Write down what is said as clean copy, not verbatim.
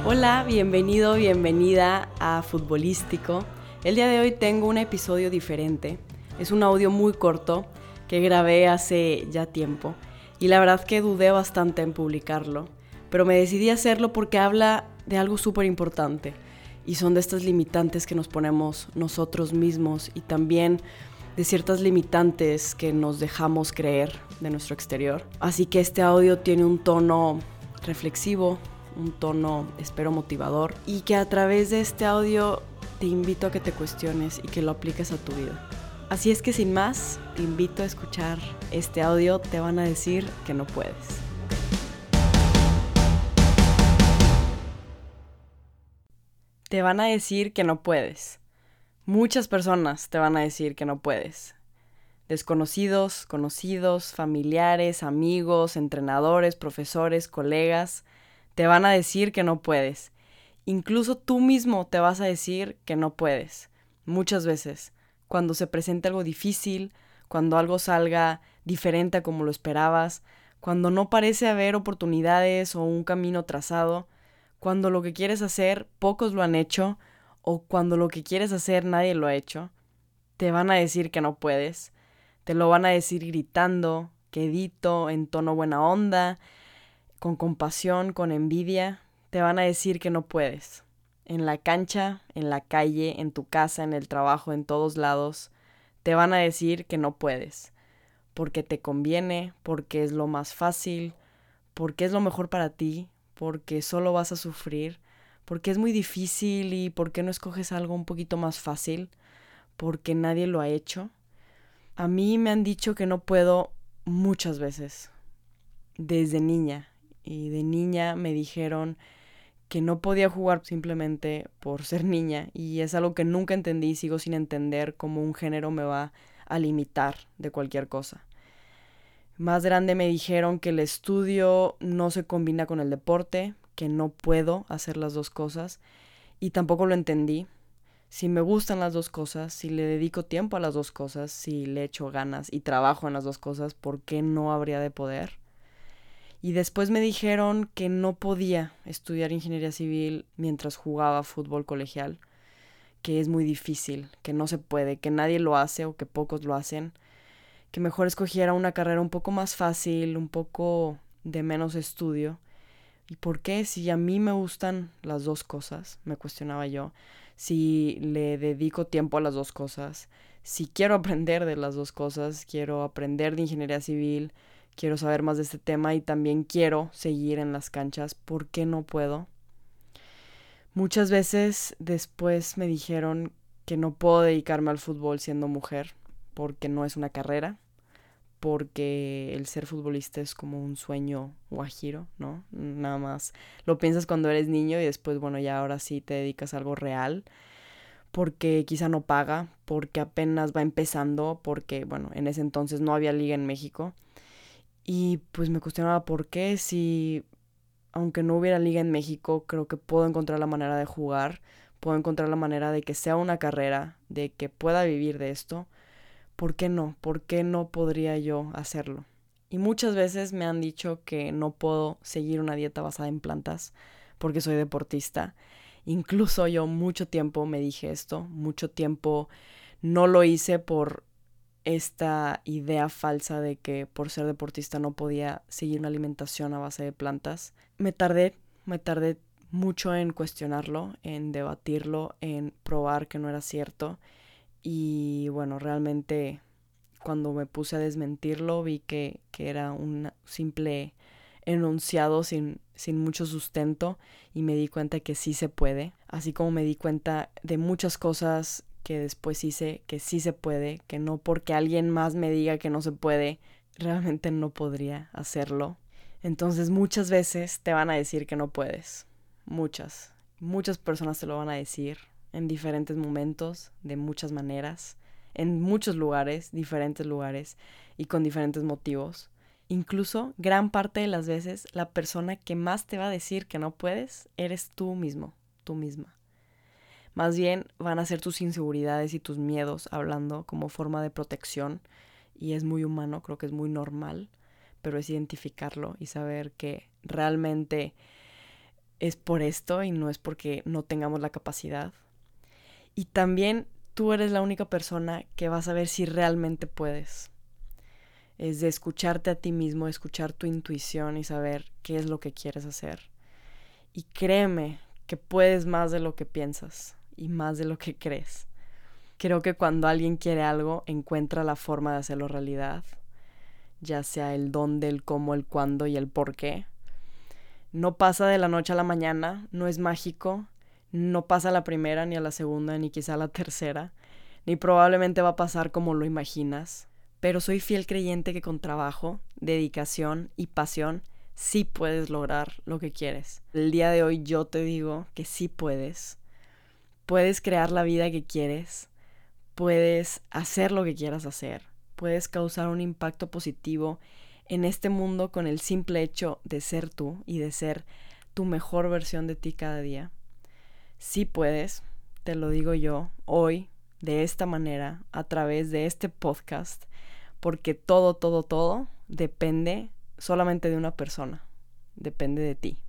Hola, bienvenido, bienvenida a Futbolístico. El día de hoy tengo un episodio diferente. Es un audio muy corto que grabé hace ya tiempo y la verdad que dudé bastante en publicarlo, pero me decidí a hacerlo porque habla de algo súper importante y son de estas limitantes que nos ponemos nosotros mismos y también de ciertas limitantes que nos dejamos creer de nuestro exterior. Así que este audio tiene un tono reflexivo, un tono, espero, motivador, y que a través de este audio te invito a que te cuestiones y que lo apliques a tu vida. Así es que sin más, te invito a escuchar este audio. Te van a decir que no puedes. Te van a decir que no puedes. Muchas personas te van a decir que no puedes. Desconocidos, conocidos, familiares, amigos, entrenadores, profesores, colegas, te van a decir que no puedes. Incluso tú mismo te vas a decir que no puedes. Muchas veces, cuando se presenta algo difícil, cuando algo salga diferente a como lo esperabas, cuando no parece haber oportunidades o un camino trazado, cuando lo que quieres hacer pocos lo han hecho o cuando lo que quieres hacer nadie lo ha hecho, te van a decir que no puedes. Te lo van a decir gritando, quedito, en tono buena onda, con compasión, con envidia. Te van a decir que no puedes. En la cancha, en la calle, en tu casa, en el trabajo, en todos lados, te van a decir que no puedes. Porque te conviene, porque es lo más fácil, porque es lo mejor para ti, porque solo vas a sufrir, porque es muy difícil y porque no escoges algo un poquito más fácil, porque nadie lo ha hecho. A mí me han dicho que no puedo muchas veces, desde niña. Y de niña me dijeron que no podía jugar simplemente por ser niña. Y es algo que nunca entendí y sigo sin entender cómo un género me va a limitar de cualquier cosa. Más grande me dijeron que el estudio no se combina con el deporte, que no puedo hacer las dos cosas. Y tampoco lo entendí. Si me gustan las dos cosas, si le dedico tiempo a las dos cosas, si le echo ganas y trabajo en las dos cosas, ¿por qué no habría de poder? Y después me dijeron que no podía estudiar ingeniería civil mientras jugaba fútbol colegial, que es muy difícil, que no se puede, que nadie lo hace o que pocos lo hacen, que mejor escogiera una carrera un poco más fácil, un poco de menos estudio. ¿Y por qué? Si a mí me gustan las dos cosas, me cuestionaba yo, si le dedico tiempo a las dos cosas, si quiero aprender de las dos cosas, quiero aprender de ingeniería civil, quiero saber más de este tema y también quiero seguir en las canchas, ¿por qué no puedo? Muchas veces después me dijeron que no puedo dedicarme al fútbol siendo mujer, porque no es una carrera, porque el ser futbolista es como un sueño guajiro, ¿no? Nada más lo piensas cuando eres niño y después, bueno, ya ahora sí te dedicas a algo real, porque quizá no paga, porque apenas va empezando, porque, bueno, en ese entonces no había liga en México. Y pues me cuestionaba por qué, si aunque no hubiera liga en México, creo que puedo encontrar la manera de jugar, puedo encontrar la manera de que sea una carrera, de que pueda vivir de esto. ¿Por qué no? ¿Por qué no podría yo hacerlo? Y muchas veces me han dicho que no puedo seguir una dieta basada en plantas porque soy deportista. Incluso yo mucho tiempo me dije esto, mucho tiempo no lo hice por esta idea falsa de que por ser deportista no podía seguir una alimentación a base de plantas. Me tardé mucho en cuestionarlo, en debatirlo, en probar que no era cierto. Y bueno, realmente cuando me puse a desmentirlo vi que era un simple enunciado sin mucho sustento y me di cuenta que sí se puede, así como me di cuenta de muchas cosas que después hice que sí se puede, que no porque alguien más me diga que no se puede, realmente no podría hacerlo. Entonces muchas veces te van a decir que no puedes, muchas personas te lo van a decir en diferentes momentos, de muchas maneras, en muchos lugares, diferentes lugares y con diferentes motivos. Incluso gran parte de las veces la persona que más te va a decir que no puedes eres tú mismo, tú misma. Más bien van a ser tus inseguridades y tus miedos hablando como forma de protección y es muy humano, creo que es muy normal, pero es identificarlo y saber que realmente es por esto y no es porque no tengamos la capacidad. Y también tú eres la única persona que va a saber si realmente puedes. Es de escucharte a ti mismo, escuchar tu intuición y saber qué es lo que quieres hacer. Y créeme que puedes más de lo que piensas y más de lo que crees. Creo que cuando alguien quiere algo, encuentra la forma de hacerlo realidad, ya sea el dónde, el cómo, el cuándo y el por qué. No pasa de la noche a la mañana, no es mágico, no pasa a la primera, ni a la segunda, ni quizá a la tercera, ni probablemente va a pasar como lo imaginas, pero soy fiel creyente que con trabajo, dedicación y pasión sí puedes lograr lo que quieres. El día de hoy yo te digo que sí puedes. Puedes crear la vida que quieres, puedes hacer lo que quieras hacer, puedes causar un impacto positivo en este mundo con el simple hecho de ser tú y de ser tu mejor versión de ti cada día. Sí puedes, te lo digo yo, hoy, de esta manera, a través de este podcast, porque todo depende solamente de una persona, depende de ti.